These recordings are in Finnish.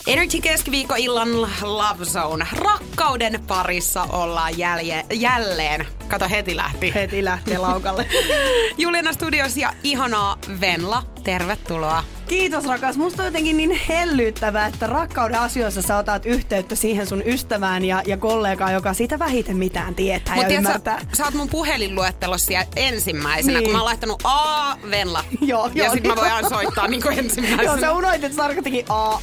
Energy keskiviikkoillan Love Zone. Rakkauden parissa ollaan jälleen. Kato, heti lähti. Heti lähtee laukalle. Juliana studios ja ihanaa Venla. Tervetuloa. Kiitos rakas. Musta on jotenkin niin hellyyttävää, että rakkauden asioissa sä otat yhteyttä siihen sun ystävään ja kollegaan, joka siitä vähiten mitään tietää ja ymmärtää. Sä oot mun puhelinluettelossa ensimmäisenä, niin. kun mä oon laittanut Venla. Joo, ja sit niin. mä voin soittaa niinku ensimmäisenä. Joo, sä unoitit, että tarkoittikin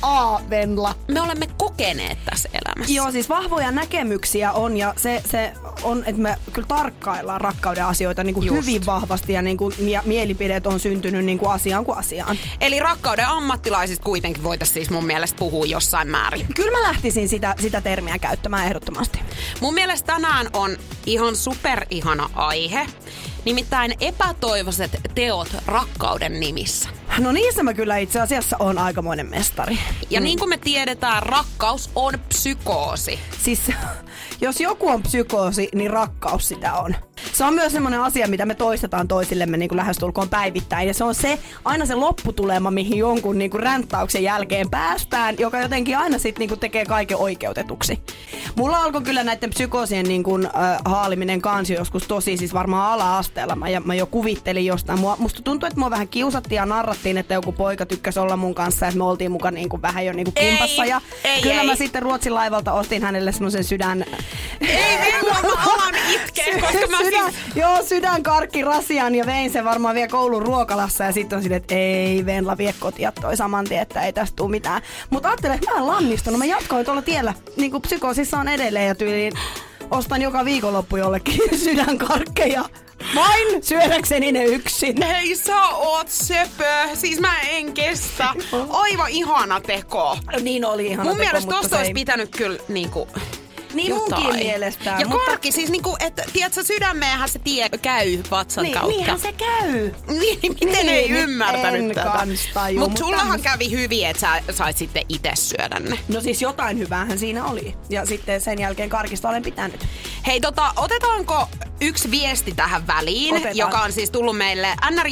Venla. Me olemme kokeneet tässä elämässä. Joo, siis vahvoja näkemyksiä on ja se on, että me kyllä tarkkaillaan rakkauden asioita niin kuin hyvin vahvasti ja, niin kuin, ja mielipideet on syntynyt niin kuin asiaan kuin asiaan. Eli rakkauden ammattilaisista kuitenkin voitaisiin siis mun mielestä puhua jossain määrin. Kyllä mä lähtisin sitä termiä käyttämään ehdottomasti. Mun mielestä tänään on ihan superihana aihe. Nimittäin epätoivoiset teot rakkauden nimissä. No niissä mä kyllä itse asiassa on aikamoinen mestari. Ja niin kuin me tiedetään, rakkaus on psykoosi. Siis jos joku on psykoosi, niin rakkaus sitä on. Se on myös semmoinen asia, mitä me toistetaan toisillemme niin kuin lähestulkoon päivittäin. Ja se on aina se lopputulema, mihin jonkun niin kuin ränttäyksen jälkeen päästään, joka jotenkin aina sitten niin kuin tekee kaiken oikeutetuksi. Mulla alkoi kyllä näiden psykoosien niin kuin, haaliminen kansi joskus tosi, siis varmaan ala-asteella. Mä jo kuvittelin jostain. Musta tuntui, että mua vähän kiusattiin ja narrattiin, että joku poika tykkäsi olla mun kanssa, että me oltiin mukaan niin kuin vähän jo niin kuin kimpassa. Ja kyllä mä sitten Ruotsin laivalta ostin hänelle semmoisen sydän... Ei, mä alan itkeä, koska mä sydän karkki rasian ja vein sen varmaan vielä koulun ruokalassa ja sitten on silleen, että ei Venla vie kotia toi saman tien, että ei tästä tule mitään. Mutta ajattelin, että mä en lannistunut. Mä jatkoin tuolla tiellä, niin kuin psykoosissa on edelleen ja tyyliin ostan joka viikonloppu jollekin sydänkarkkeja. Vain syödäkseni ne yksin. Hei, sä oot söpö. Siis mä en kestä. Aivan ihana teko. Niin oli ihana mun teko, mielestä mutta tosta olisi pitänyt kyllä niinku... Niin jotain. munkin mielestä. Ja karkki, siis niinku, että tiedätkö, sydämeenhän se tie käy vatsan kautta. Niinhän se käy. Niin, miten ei ymmärtänyt tätä. Mutta sullahan kävi hyvin, että sä sait sitten itse syödä ne. No siis jotain hyväähän siinä oli. Ja sitten sen jälkeen karkista olen pitänyt. Hei otetaanko yksi viesti tähän väliin, joka on siis tullut meille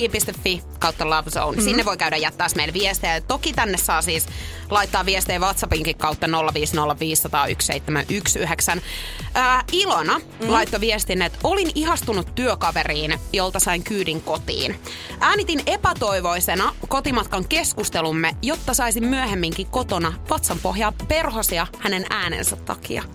nrj.fi/LoveZone. Sinne voi käydä jättää meille viestejä. Toki tänne saa siis laittaa viestejä WhatsAppinkin kautta 050501719. Ilona laittoi viestin, että olin ihastunut työkaveriin, jolta sain kyydin kotiin. Äänitin epätoivoisena kotimatkan keskustelumme, jotta saisin myöhemminkin kotona vatsanpohjaa perhosia hänen äänensä takia.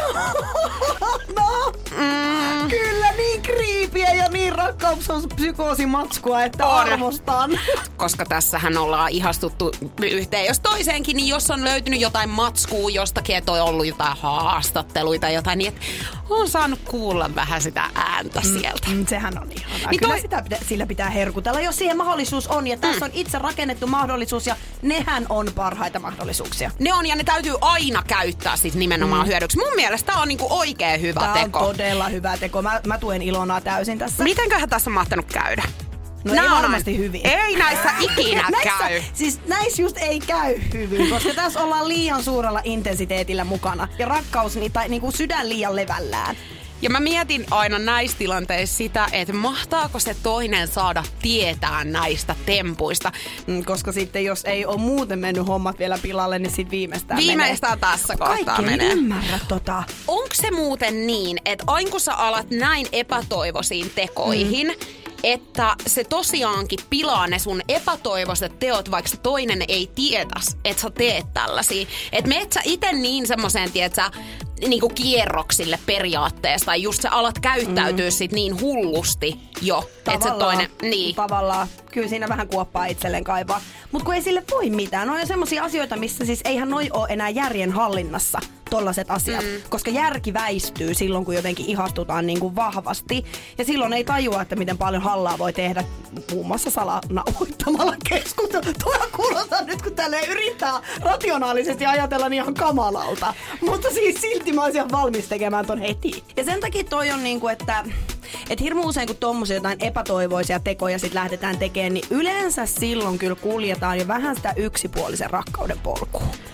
No, kyllä niin kriipiä ja niin rakkauspsykoosimatskua, että arvostan. Koska tässähän ollaan ihastuttu yhteen jos toiseenkin, niin jos on löytynyt jotain matskua jostakin, että on ollut jotain haastatteluita, jotain, niin että on saanut kuulla vähän sitä ääntä sieltä. Sehän on ihanaa. Niin kyllä sillä pitää herkutella, jos siihen mahdollisuus on. Ja tässä on itse rakennettu mahdollisuus ja nehän on parhaita mahdollisuuksia. Ne on ja ne täytyy aina käyttää siis nimenomaan hyödyksi. Mun mielestä tää on niinku oikein hyvä teko. Tää on todella hyvä teko. Mä tuen Ilonaa täysin tässä. Mitenköhän tässä on mahtanut käydä? No ei varmasti hyvin. Ei näissä ikinä käy. Siis näissä just ei käy hyvin, koska tässä ollaan liian suurella intensiteetillä mukana. Ja rakkaus tai niinku sydän liian levällään. Ja mä mietin aina näissä tilanteissa sitä, että mahtaako se toinen saada tietää näistä tempuista. Koska sitten jos ei ole muuten mennyt hommat vielä pilalle, niin sitten viimeistään tässä kohtaa menee. Kaikki ei ymmärrä tota. Onko se muuten niin, että aina kun sä alat näin epätoivoisiin tekoihin, että se tosiaankin pilaa ne sun epätoivoiset teot, vaikka se toinen ei tietäisi, että sä teet tällaisia. Että meet sä ite niin semmoseen, tietsä, niinku kierroksille periaatteessa, tai just sä alat käyttäytyä sit niin hullusti jo, että se toinen... Niin. Tavallaan. Kyllä siinä vähän kuoppaa itselleen kaivaa. Mutta kun ei sille voi mitään. No on semmosia asioita, missä siis eihän noi ole enää järjen hallinnassa tollaset asiat. Koska järki väistyy silloin, kun jotenkin ihastutaan niin kuin vahvasti. Ja silloin ei tajua, että miten paljon hallaa voi tehdä muun muassa salanauhoittamalla keskustelua. Tuo kuulostaa nyt, kun tälleen yrittää rationaalisesti ajatella niin ihan kamalalta. Mutta siis silti mä olisin valmis tekemään ton heti. Ja sen takia toi on niinku, että hirmu usein kun tommosia jotain epätoivoisia tekoja sit lähdetään tekemään, niin yleensä silloin kyllä kuljetaan jo vähän sitä yksipuolisen rakkauden polkua.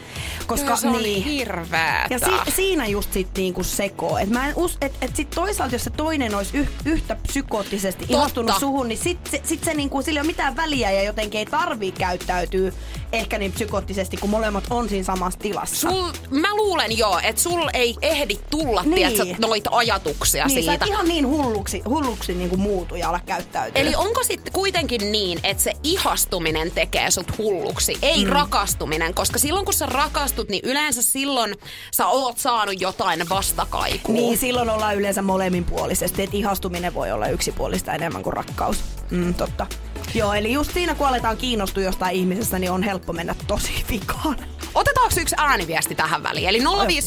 Koska se on hirveetä. Ja siinä just sit niinku sekoo. Et mä en et sit toisaalta, jos se toinen olisi yhtä psykoottisesti ihastunut suhun, niin sit se niinku, sillä ei ole mitään väliä ja jotenkin ei tarvii käyttäytyä ehkä niin psykoottisesti, kun molemmat on siinä samassa tilassa. Mä luulen että sul ei ehdi tulla noita ajatuksia siitä. Sä et ihan niin hulluksi niinku muutu ja ala käyttäytyä. Eli onko sitten kuitenkin niin, että se ihastuminen tekee sut hulluksi, ei rakastuminen? Koska silloin kun sä rakastut, niin yleensä silloin sä oot saanut jotain vastakaikua. Niin, silloin ollaan yleensä molemminpuolisesti, että ihastuminen voi olla yksipuolista enemmän kuin rakkaus. Totta. Joo, eli just siinä kun aletaan kiinnostua jostain ihmisestä, niin on helppo mennä tosi vikaan. Otetaanko yksi ääniviesti tähän väliin? Eli 050501719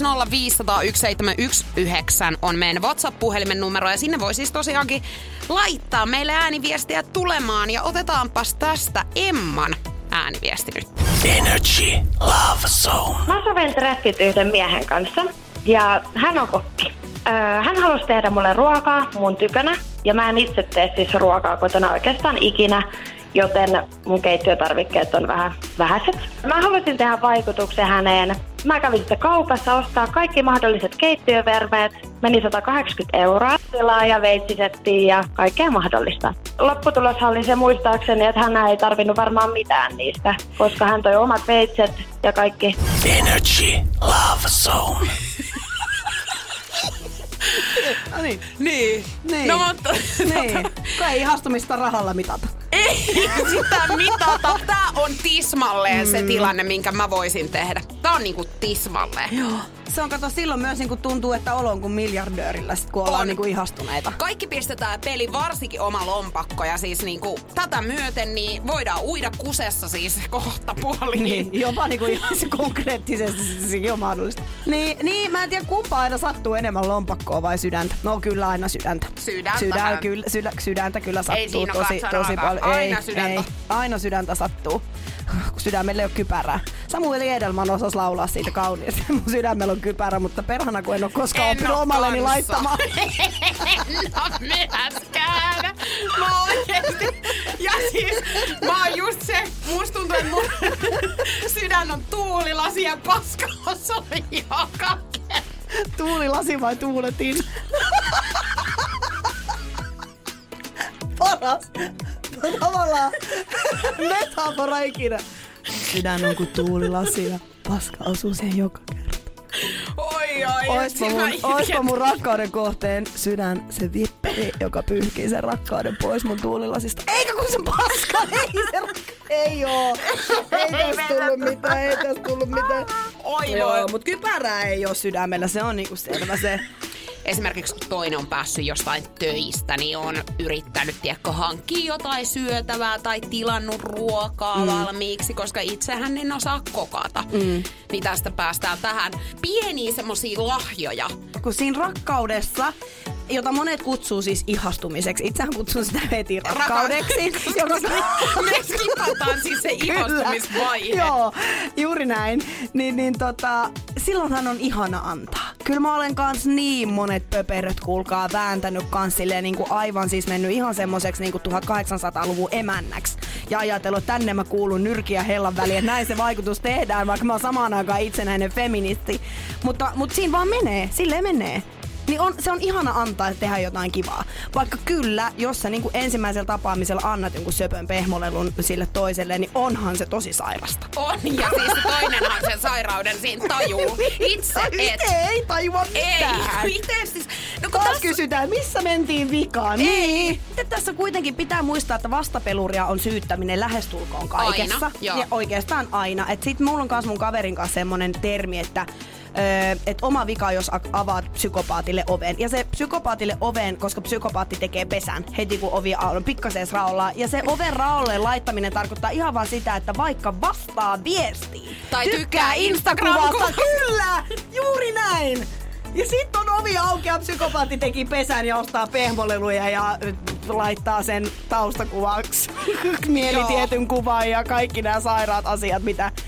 on meidän WhatsApp-puhelimen numero ja sinne voi siis tosiaankin laittaa meille ääniviestiä tulemaan. Ja otetaanpas tästä Emman ääniviesti nyt. Energy Love Zone. Mä sovin treffit yhden miehen kanssa ja hän on kokki. Hän halusi tehdä mulle ruokaa mun tykönä ja mä en itse tee siis ruokaa kotona oikeastaan ikinä, joten mun keittiötarvikkeet on vähän vähäiset. Mä halusin tehdä vaikutuksen häneen. Mä kävin sitten kaupassa ostaa kaikki mahdolliset keittiövermeet. Meni 180 €. Tilaa ja veitsisettiin ja kaikkea mahdollista. Lopputulos oli se muistaakseni, että hän ei tarvinnut varmaan mitään niistä, koska hän toi omat veitset ja kaikki. Energy Love Zone. Niin. No mutta... Niin. Kun ei ihastumista rahalla mitata. Ei sitä mitata. Tää on tismalleen se tilanne, minkä mä voisin tehdä. Tää on niinku tismalleen. Joo. Se on, kato, silloin myös niinku tuntuu, että olo on kuin miljardöörillä, sit, kun ollaan niinku ihastuneita. Kaikki pistetään peli, varsinkin oma lompakko. Ja siis niinku tätä myöten niin voidaan uida kusessa siis kohta puoliin. Niin, jopa niinku ihan se konkreettisesti sekin on mahdollista. Niin, mä en tiedä kumpa aina sattuu enemmän lompakkoa vai sydäntä. No kyllä aina sydäntä. Sydäntä kyllä sattuu tosi paljon. Aina sydäntä. Ei, aina sydäntä sattuu. Kun sydämellä ei ole kypärää. Samuel Edelman osasi laulaa siitä kauniisti. Mun sydämellä on kypärä, mutta perhana kun en ole koskaan oppinut omalleni laittamaan. En oo myöskään. Mä oikeesti. Ja siis mä oon just se, musta tuntuu, että mun sydän on tuulilasi ja paskaus on joka kerta. Tuulilasi vai tuuletin? Paras. Tavallaan metafora ikinä. Sydän on kuin tuulilasi ja paska osuu siihen joka kerta. Oi. Oispa mun rakkauden kohteen sydän se vipperi, joka pyyhkii sen rakkauden pois mun tuulilasista. Eikä kun se paska, ei oo. Ei tästä tullut mitään. Joo, mut kypärää ei oo sydämellä, se on niinku selvä se. Esimerkiksi kun toinen on päässyt jostain töistä, niin on yrittänyt hankkia jotain syötävää tai tilannut ruokaa valmiiksi, koska itsehän en osaa kokata. Niin tästä päästään tähän pieniä semmosia lahjoja. Kun siinä rakkaudessa, jota monet kutsuu siis ihastumiseksi, itsehän kutsun sitä heti rakkaudeksi. Me skipataan siis se ihastumisvaihe. Joo, juuri näin. Silloinhan on ihana antaa. Kyllä mä olen kans niin monet pöperöt, kuulkaa, vääntänyt kans silleen niinku aivan siis mennyt ihan semmoseksi niinku 1800-luvun emännäksi. Ja ajatellut, että tänne mä kuulun nyrkin ja hellan väliin, että näin se vaikutus tehdään, vaikka mä oon samaan aikaan itsenäinen feministi. Mutta siinä vaan menee, silleen menee. Niin se on ihana antaa, että tehdään jotain kivaa. Vaikka kyllä, jos sä niinku ensimmäisellä tapaamisella annat jonkun söpön pehmolelun sille toiselle, niin onhan se tosi sairasta. On, ja siis toinenhan sen sairauden siinä tajuu. Itse ei tajua mitään. Ei, itse siis. No kun taas kysytään, missä mentiin vikaan. Niin. Tässä kuitenkin pitää muistaa, että vastapeluria on syyttäminen lähestulkoon kaikessa. Aina, joo. Ja oikeastaan aina. Et sit mulla on kans mun kaverin kanssa semmonen termi, että oma vika, jos avaat psykopaatille oven. Ja se psykopaatille oven, koska psykopaatti tekee pesän heti kun ovi on pikkasen raollaan. Ja se oven raolleen laittaminen tarkoittaa ihan vaan sitä, että vaikka vastaa viestiin. Tai tykkää Instagram-kuvasta. Kyllä! Juuri näin! Ja sit on ovi auki ja psykopaatti teki pesän ja ostaa pehmoleluja ja laittaa sen taustakuvaksi mielitietyn kuvan ja kaikki nämä sairaat asiat, mitä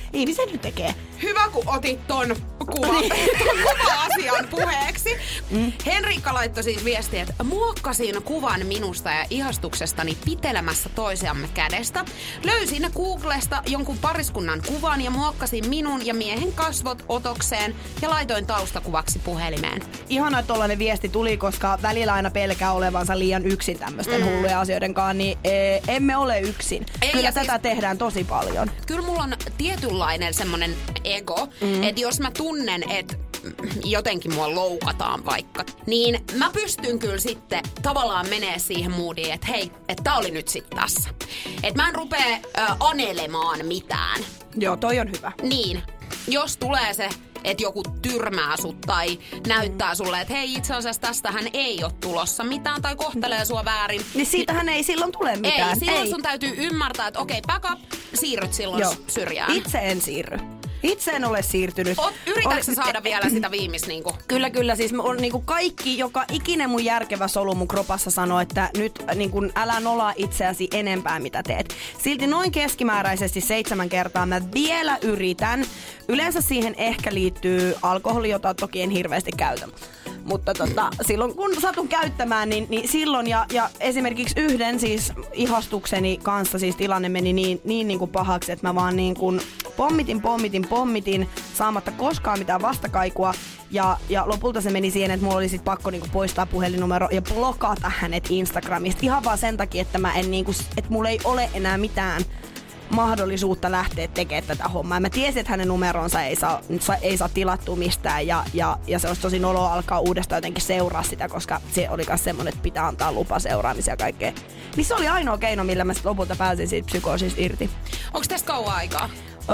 ihmiset nyt tekee. Hyvä, kun otit ton kuva-asian puheeksi. Henriikka laittoi siis viestiä, että muokkasin kuvan minusta ja ihastuksestani pitelemässä toisiamme kädestä. Löysin Googlesta jonkun pariskunnan kuvan ja muokkasin minun ja miehen kasvot otokseen ja laitoin taustakuvaksi puhelimeen. Ihana, että tollainen viesti tuli, koska välillä aina pelkää olevansa liian yksin tämmöisten hullujen asioiden kanssa, niin emme ole yksin. Kyllä tätä tehdään tosi paljon. Kyllä mulla on tietynlainen semmonen ego, että jos mä tunnen, että jotenkin mua loukataan vaikka, niin mä pystyn kyllä sitten tavallaan menee siihen moodiin, että hei, että tää oli nyt sit tässä. Että mä en rupee anelemaan mitään. Joo, toi on hyvä. Niin, jos tulee se, että joku tyrmää sut tai näyttää sulle, että hei, itse asiassa tästähän ei ole tulossa mitään tai kohtelee sua väärin. Niin siitähän ei silloin tule mitään. Ei, silloin sun täytyy ymmärtää, että okei, back up, siirryt silloin syrjään. Itse en siirry. Itse en ole siirtynyt. Yritätkö saada vielä sitä viimeistä niinku? Kyllä. Siis on niinku kaikki, joka ikinen mun järkevä solu mun kropassa sanoo, että nyt niinku älä nolaa itseäsi enempää mitä teet. Silti noin keskimääräisesti 7 kertaa mä vielä yritän. Yleensä siihen ehkä liittyy alkoholi, jota toki en hirveästi käytä. Mutta silloin kun satun käyttämään, niin silloin ja esimerkiksi yhden siis ihastukseni kanssa siis tilanne meni niin kuin pahaksi, että mä vaan niin kuin pommitin saamatta koskaan mitään vastakaikua. Ja lopulta se meni siihen, että mulla oli sit pakko niinku poistaa puhelinnumero ja blokata hänet Instagramista. Ihan vaan sen takia, että että mulla ei ole enää mitään mahdollisuutta lähteä tekemään tätä hommaa. Mä tiesin, että hänen numeronsa ei saa tilattua mistään ja se olisi tosi noloa alkaa uudestaan jotenkin seuraa sitä, koska se oli myös semmoinen, että pitää antaa lupa seuraamisia ja kaikkea. Niin se oli ainoa keino, millä mä lopulta pääsin siitä psykoosista irti. Onko tästä kauan aikaa?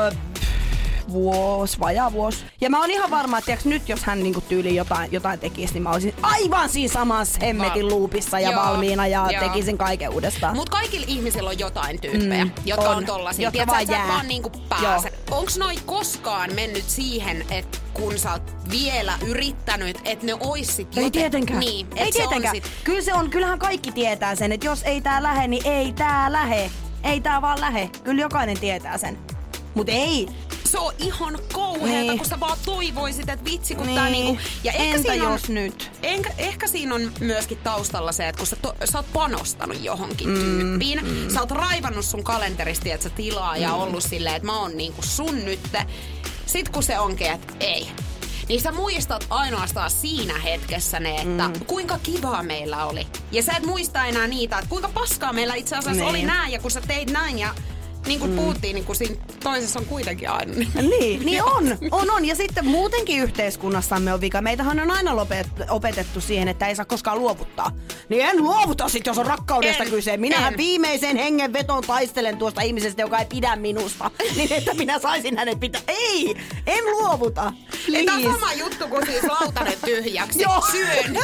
Vajaa vuosi. Ja mä oon ihan varma, että nyt jos hän niinku tyyliin jotain tekisi, niin mä olisin aivan siinä samassa hemmetin loopissa ja valmiina ja tekisin kaiken uudestaan. Mut kaikilla ihmisillä on jotain tyyppejä, jotka on tollasia. Jotka vaan jää. Vaan niinku pääse. Onks noi koskaan mennyt siihen, että kun sä oot vielä yrittänyt, että ne ois sit ei tietenkään. Niin, ei tietenkään. Kyllähän kaikki tietää sen, että jos ei tää lähe, niin ei tää lähe. Ei tää vaan lähe. Kyllä jokainen tietää sen. Mut ei. Se on ihan kauheeta, kun sä vaan toivoisit, että vitsi, kun tää niinku... Ja entä jos nyt? Ehkä siinä on myöskin taustalla se, että kun sä oot panostanut johonkin tyyppiin, sä oot raivannut sun kalenterista, että sä tilaa ja ollut silleen, että mä oon niinku sun nytte. Sit kun se onkin, että ei. Niin sä muistat ainoastaan siinä hetkessä ne, että kuinka kivaa meillä oli. Ja sä et muista enää niitä, että kuinka paskaa meillä itse asiassa oli näin ja kun sä teit näin ja... Niin kuin puhuttiin, niin kuin siinä toisessa on kuitenkin aina. Niin on. Ja sitten muutenkin yhteiskunnassamme on vika. Meitähän on aina opetettu siihen, että ei saa koskaan luovuttaa. Niin en luovuta sit, jos on rakkaudesta kyse. Minähän viimeisen hengenveton taistelen tuosta ihmisestä, joka ei pidä minusta. Niin että minä saisin hänet pitää. Ei! En luovuta. Tämä on sama juttu kuin siis lautanen tyhjäksi. Syön.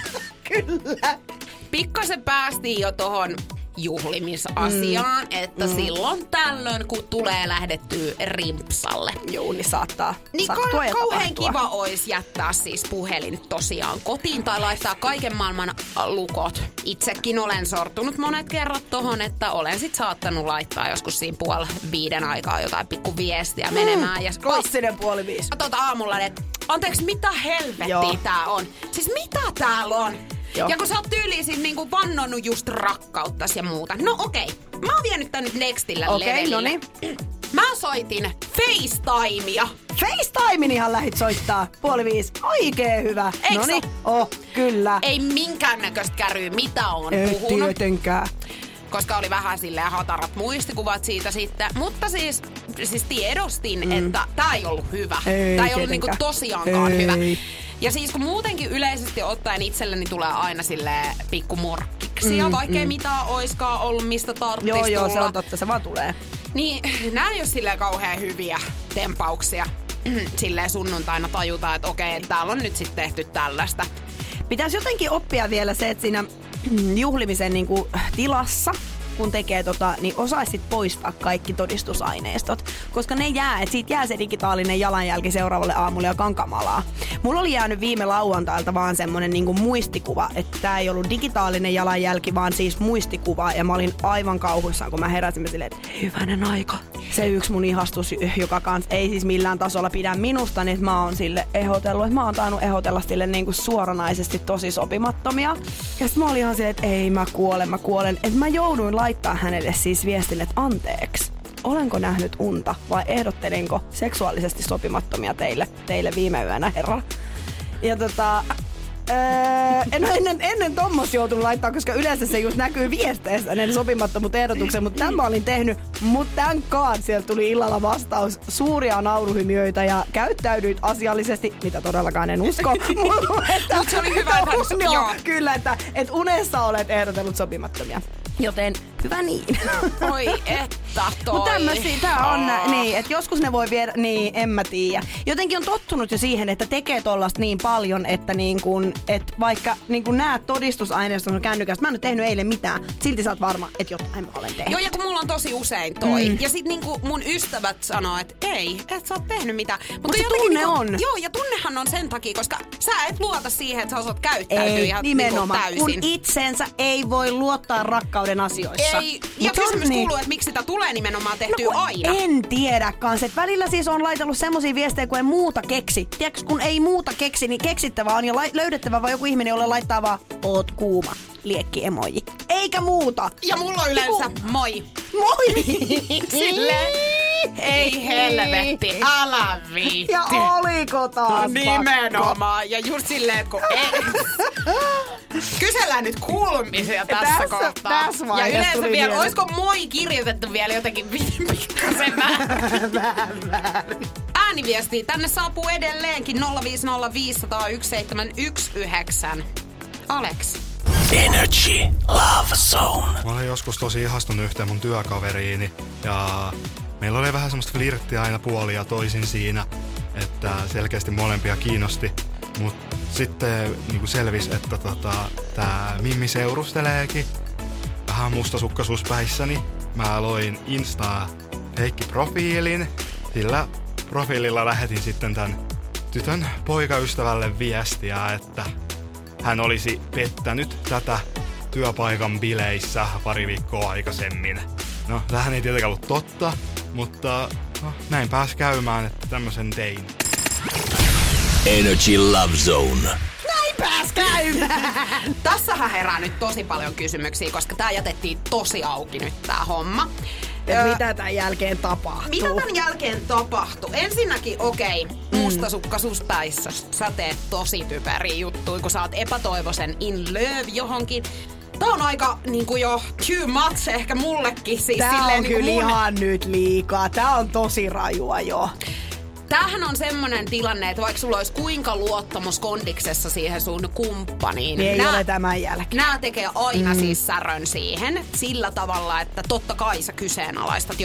Kyllä. Pikkasen päästiin jo tohon juhlimisasiaan, että silloin tällöin, kun tulee lähdettyä rimpsalle. Joo, niin saattaa niin kauhean kiva olisi jättää siis puhelin tosiaan kotiin tai laittaa kaiken maailman lukot. Itsekin olen sortunut monet kerrat tohon, että olen sit saattanut laittaa joskus siinä 4:30 aikaa jotain pikku viestiä menemään. Ja klassinen 4:30. Aamulla, että anteeksi, mitä helvettiä tää on? Siis mitä täällä on? Joo. Ja kun sä oot tyyliin niinku vannonnut just rakkauttas ja muuta. No okei, mä oon vienyt tän nyt nextille levelille. Noniin. Mä soitin FaceTimea. FaceTimein ihan lähit soittaa 4:30. Oikein hyvä. Noniin. Kyllä. Ei minkäännäköistä käryä, mitä on puhunut. Tietenkään. Koska oli vähän silleen hatarat muistikuvat siitä sitten. Mutta siis tiedostin, että tää ei ollut hyvä. Tää ei ollut niinku tosiaankaan hyvä. Ja siis kun muutenkin yleisesti ottaen itselleni tulee aina silleen pikku morkkiksia, vaikkei mitään oiskaan ollut, mistä tarvitsisi tulla. Joo, se on totta, se vaan tulee. Niin nää ei ole silleen kauhean hyviä tempauksia. Silleen sunnuntaina tajutaan, että okei, täällä on nyt sitten tehty tällaista. Pitäisi jotenkin oppia vielä se, että siinä juhlimisen niinku tilassa, kun tekee niin osaisit poistaa kaikki todistusaineistot, koska ne jää, että siitä jää se digitaalinen jalanjälki seuraavalle aamulle ja kankamalaa. Mulla oli jäänyt viime lauantailta vaan semmonen niinku muistikuva, että tää ei ollut digitaalinen jalanjälki, vaan siis muistikuva, ja mä olin aivan kauhuissaan, kun mä heräsin silleen, että hyvänen aika. Se yksi mun ihastus, joka kans ei siis millään tasolla pidä minusta, niin mä oon sille ehdotellut, että mä oon tainnut ehdotella sille niinku suoranaisesti tosi sopimattomia. Ja sit mä olin ihan silleen, että ei mä kuolen. Että mä jouduin laittaa hänelle siis viestille, että anteeksi, olenko nähnyt unta vai ehdottelinko seksuaalisesti sopimattomia teille viime yönä, herra. Ja en ole ennen tommos joutunut laittaa, koska yleensä se just näkyy viesteissä ne sopimattomuut ehdotukset, mutta tämän mä olin tehnyt. Mutta tän kaan sieltä tuli illalla vastaus, suuria nauruhymiöitä ja käyttäydyit asiallisesti, mitä todellakaan en usko. Mutta se oli hyvä, että kyllä, että unessa olet ehdotellut sopimattomia. Joten hyvä niin. Oi että toi. Mutta tämmösiä, tää on niin, että joskus ne voi viedä, niin en mä tiedä. Jotenkin on tottunut jo siihen, että tekee tollasta niin paljon, että niin kun, et vaikka niin kun näet todistusaineiston kännykästä, mä en ole tehnyt eilen mitään, silti sä oot varma, että jotain mä olen tehnyt. Joo, ja kun mulla on tosi usein toi. Ja sit niinku mun ystävät sanoo, että ei, et sä oot tehnyt mitään. Mutta se tunne niinku, on. Joo, ja tunnehan on sen takia, koska sä et luota siihen, että sä osaat käyttäytyä ei, ihan nimenomaan, niinku täysin. Kun itsensä ei voi luottaa rakkauden asioissa. Ei, ja kysymys kuuluu, että miksi sitä tulee nimenomaan tehtyä aina. En tiedä kans, että välillä siis on laitellut semmosia viestejä, kun ei muuta keksi. Tiedätkö, kun ei muuta keksi, niin keksittävä on ja löydettävä vaan joku ihminen, jolle laittaa vaan oot kuuma, liekki emoji. Eikä muuta. Ja mulla on yleensä moi. Moi! Silleen, ei helvetti, älä viitti. Ja oliko taas nimenomaan. Ja just silleen, kun kysellään nyt kuulumisia tässä kohtaa. Ja yleensä vielä, olisiko moi kirjoitettu vielä jotenkin pikkasen väärin. Ääniviestiä tänne saapuu edelleenkin 050501719. Alex. Energy Love Zone. Mä olen joskus tosi ihastunut yhteen mun työkaveriini ja meillä oli vähän semmoista flirttiä aina puolin ja toisin siinä, että selkeästi molempia kiinnosti. Mut sitten niinku selvisi, että tää Mimmi seurusteleekin vähän mustasukkaisuuspäissäni. Mä loin Instaa Heikki-profiilin. Sillä profiililla lähetin sitten tän tytön poikaystävälle viestiä, että hän olisi pettänyt tätä työpaikan bileissä pari viikkoa aikaisemmin. No, tämähän ei tietenkään ollut totta, mutta näin pääsi käymään, että tämmösen tein. Energy Love Zone. Näin pääs käymään! Tässähän herää nyt tosi paljon kysymyksiä, koska tää jätettiin tosi auki nyt tää homma. Mitä tämän jälkeen tapahtuu? Mitä tämän jälkeen tapahtuu? Ensinnäkin, mustasukkaisuuspäissä sä teet tosi typeriä juttuja, kun sä oot epätoivoisen in love johonkin. Tää on aika niinku jo too much ehkä mullekin. Siis tää silleen, on kyllä ihan nyt liikaa. Tää on tosi rajua jo. Tämähän on semmonen tilanne, että vaikka sulla olisi kuinka luottamus kondiksessa siihen sun kumppaniin. Niin ei ole tämän jälkeen. Nää tekee aina siis särön siihen sillä tavalla, että totta kai sä kyseenalaistat.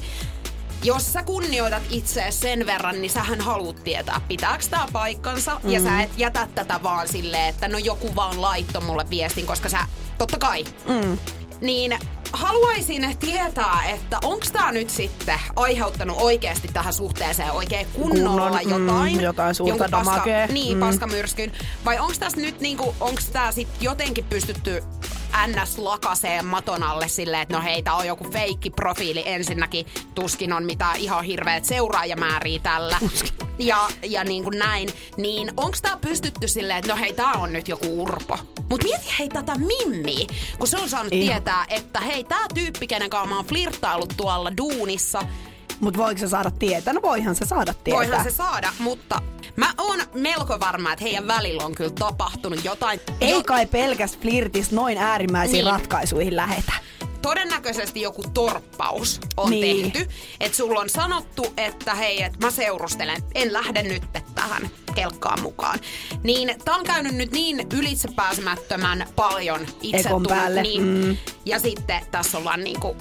Jos sä kunnioitat itseäsi sen verran, niin sähän haluat tietää, pitääkö tää paikkansa. Ja sä et jätä tätä vaan silleen, että no joku vaan laittoi mulle viestin, koska sä totta kai. Niin haluaisin tietää, että onks tää nyt sitten aiheuttanut oikeasti tähän suhteeseen oikein kunnolla jotain. Jotain suurta damakea. Paskamyrskyn. Vai onks tässä nyt niinku, onks tää sit jotenkin pystytty NS-lakaseen maton alle silleen, että no hei, tää on joku feikki-profiili ensinnäkin. Tuskin on mitään ihan hirveet seuraajamääriä tällä. Ja niin kuin näin. Niin onks tää pystytty silleen, että no hei, tää on nyt joku urpo. Mut mieti hei tätä Mimmiä, kun se on saanut tietää, että hei, tää tyyppi, kenen kanssa mä oon flirttaillut tuolla duunissa. Mut voiko se saada tietää? No voihan se saada tietää. Voihan se saada, mutta mä oon melko varma, että heidän välillä on kyllä tapahtunut jotain. Ei kai pelkästään flirtistä noin äärimmäisiin ratkaisuihin lähetä. Todennäköisesti joku torppaus on tehty. Että sulla on sanottu, että hei, että mä seurustelen, en lähde nyt tähän kelkkaan mukaan. Niin tää on käynyt nyt niin ylitsepääsemättömän paljon itse Ekon päälle. Ja sitten tässä ollaan niinku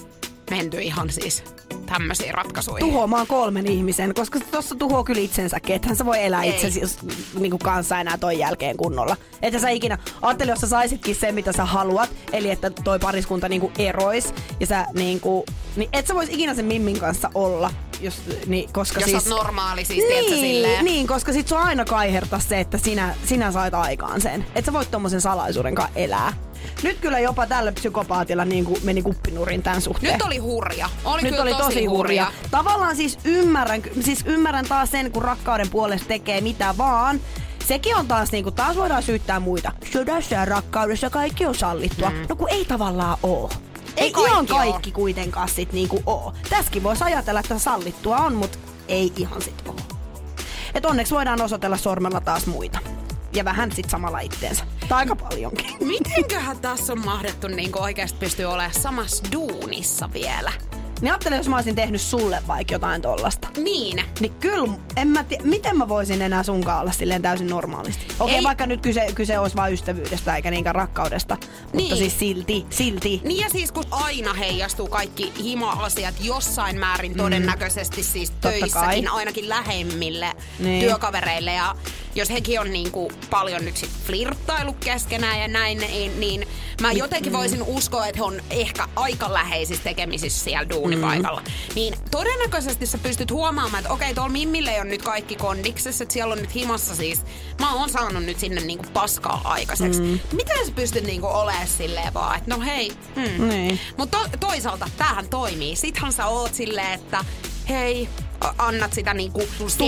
menty ihan siis tämmöisiin ratkaisuihin. Tuhoamaan 3 ihmisen, koska tuossa tuhoaa kyllä itsensäkin. Ethän sä voi elää itsesi niinku kanssa enää ton jälkeen kunnolla. Että sä ikinä, ajattele, jos sä saisitkin sen, mitä sä haluat, eli että toi pariskunta niinku erois, ja sä niinku, niin et sä vois ikinä sen Mimmin kanssa olla. Koska jos siis, oot normaali siis, tiedätkö silleen? Niin, koska sit sua aina kaihertaa se, että sinä sait aikaan sen. Et sä voit tommosen salaisuuden kanssa elää. Nyt kyllä jopa tällä psykopaatilla niin meni kuppinurin tämän suhteen. Nyt oli hurja. Nyt oli tosi hurja. Tavallaan siis ymmärrän taas sen, kun rakkauden puolesta tekee mitä vaan. Sekin on taas niinku, taas voidaan syyttää muita. Sodassa ja rakkaudessa kaikki on sallittua. No kun ei tavallaan oo. Ei ihan kaikki kuitenkaan sit niinku oo. Tässäkin voisi ajatella, että sallittua on, mut ei ihan sit oo. Et onneksi voidaan osoitella sormella taas muita. Ja vähän sit samalla itteensä. Tai aika paljonkin. Mitenköhän tässä on mahdettu niinku oikeasti pystyä olemaan samassa duunissa vielä? Niin ajattele, jos mä olisin tehnyt sulle vaikka jotain tollasta. Niin. Niin kyllä, en mä tiedä, miten mä voisin enää sunkaan olla silleen täysin normaalisti. Okei, vaikka nyt kyse olisi vain ystävyydestä eikä niinkään rakkaudesta. Mutta siis silti. Niin ja siis kun aina heijastuu kaikki hima-asiat jossain määrin todennäköisesti siis töissäkin, kai. Ainakin lähemmille työkavereille. Ja jos hekin on niinku paljon nyt sit flirttailu keskenään ja näin, niin mä jotenkin voisin uskoa, että he on ehkä aika läheisissä tekemisissä siellä duunipaikalla. Niin todennäköisesti sä pystyt huomaamaan, että okei, tuolla Mimmille ei ole nyt kaikki kondiksessa, että siellä on nyt himassa siis, mä oon saanut nyt sinne niinku paskaa aikaiseksi. Miten sä pystyt niinku olemaan silleen vaan, että no hei. Mutta toisaalta tämähän toimii. Sittenhän sä oot silleen, että hei, annat sitä niinku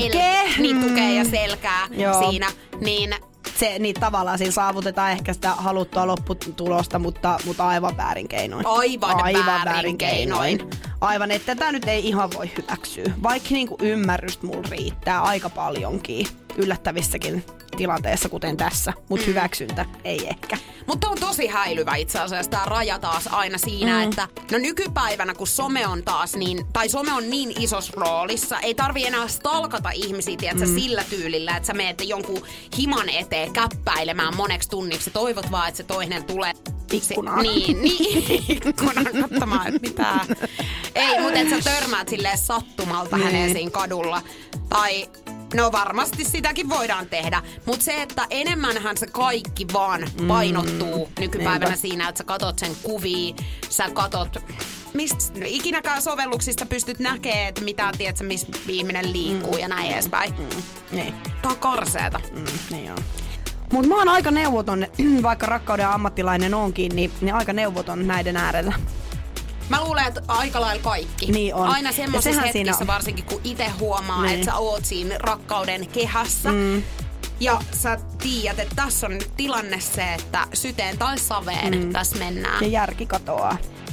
tukea ja selkää siinä, niin niin tavallaan siinä saavutetaan ehkä sitä haluttua lopputulosta, mutta aivan väärin keinoin. Aivan väärin keinoin. Aivan, että tätä nyt ei ihan voi hyväksyä. Vaikka niinku ymmärrystä mulla riittää aika paljonkin yllättävissäkin tilanteessa, kuten tässä. Mutta hyväksyntä ei ehkä. Mutta on tosi häilyvä itse asiassa tämä raja taas aina siinä, että no nykypäivänä kun some on taas some on niin isossa roolissa, ei tarvi enää stalkata ihmisiä, tiedätkö, sillä tyylillä, että sä meet jonkun himan eteen käppäilemään moneksi tunniksi. Toivot vaan, että se toinen tulee ikkunaan. Ikkunaan katsomaan, että mitä. Ei, mutta että sä törmäät silleen sattumalta häneen siinä kadulla. Tai no varmasti sitäkin voidaan tehdä, mutta se, että enemmänhän se kaikki vaan painottuu nykypäivänä siinä, että sä katot sen kuvia, sä katot, mistä ikinäkään sovelluksista pystyt näkemään, että mitä, tiedätkö, missä ihminen liikkuu ja näin edespäin. Niin. Tää on karseeta. Niin on. Mut mä oon aika neuvoton, vaikka rakkauden ammattilainen onkin, niin aika neuvoton näiden äärellä. Mä luulen, että aika lailla kaikki. Niin on. Aina semmoisessa hetkissä varsinkin, kun itse huomaa, että sä oot siinä rakkauden kehässä. Ja sä tiedät, että tässä on nyt tilanne se, että syteen tai saveen tässä mennään. Ja järki katoaa.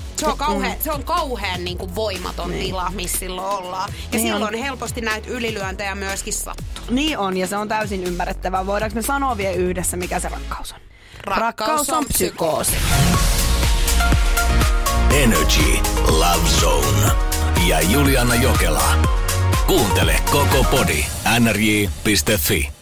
Se on kauhean niin kuin voimaton tila, missä silloin ollaan. Ja niin silloin helposti näitä ylilyöntejä myöskin sattuu. Niin on, ja se on täysin ymmärrettävää. Voidaanko me sanoa vielä yhdessä, mikä se rakkaus on? Rakkaus on psykoosi. Energy Love Zone ja Juliana Jokela. Kuuntele koko podi nrj.fi.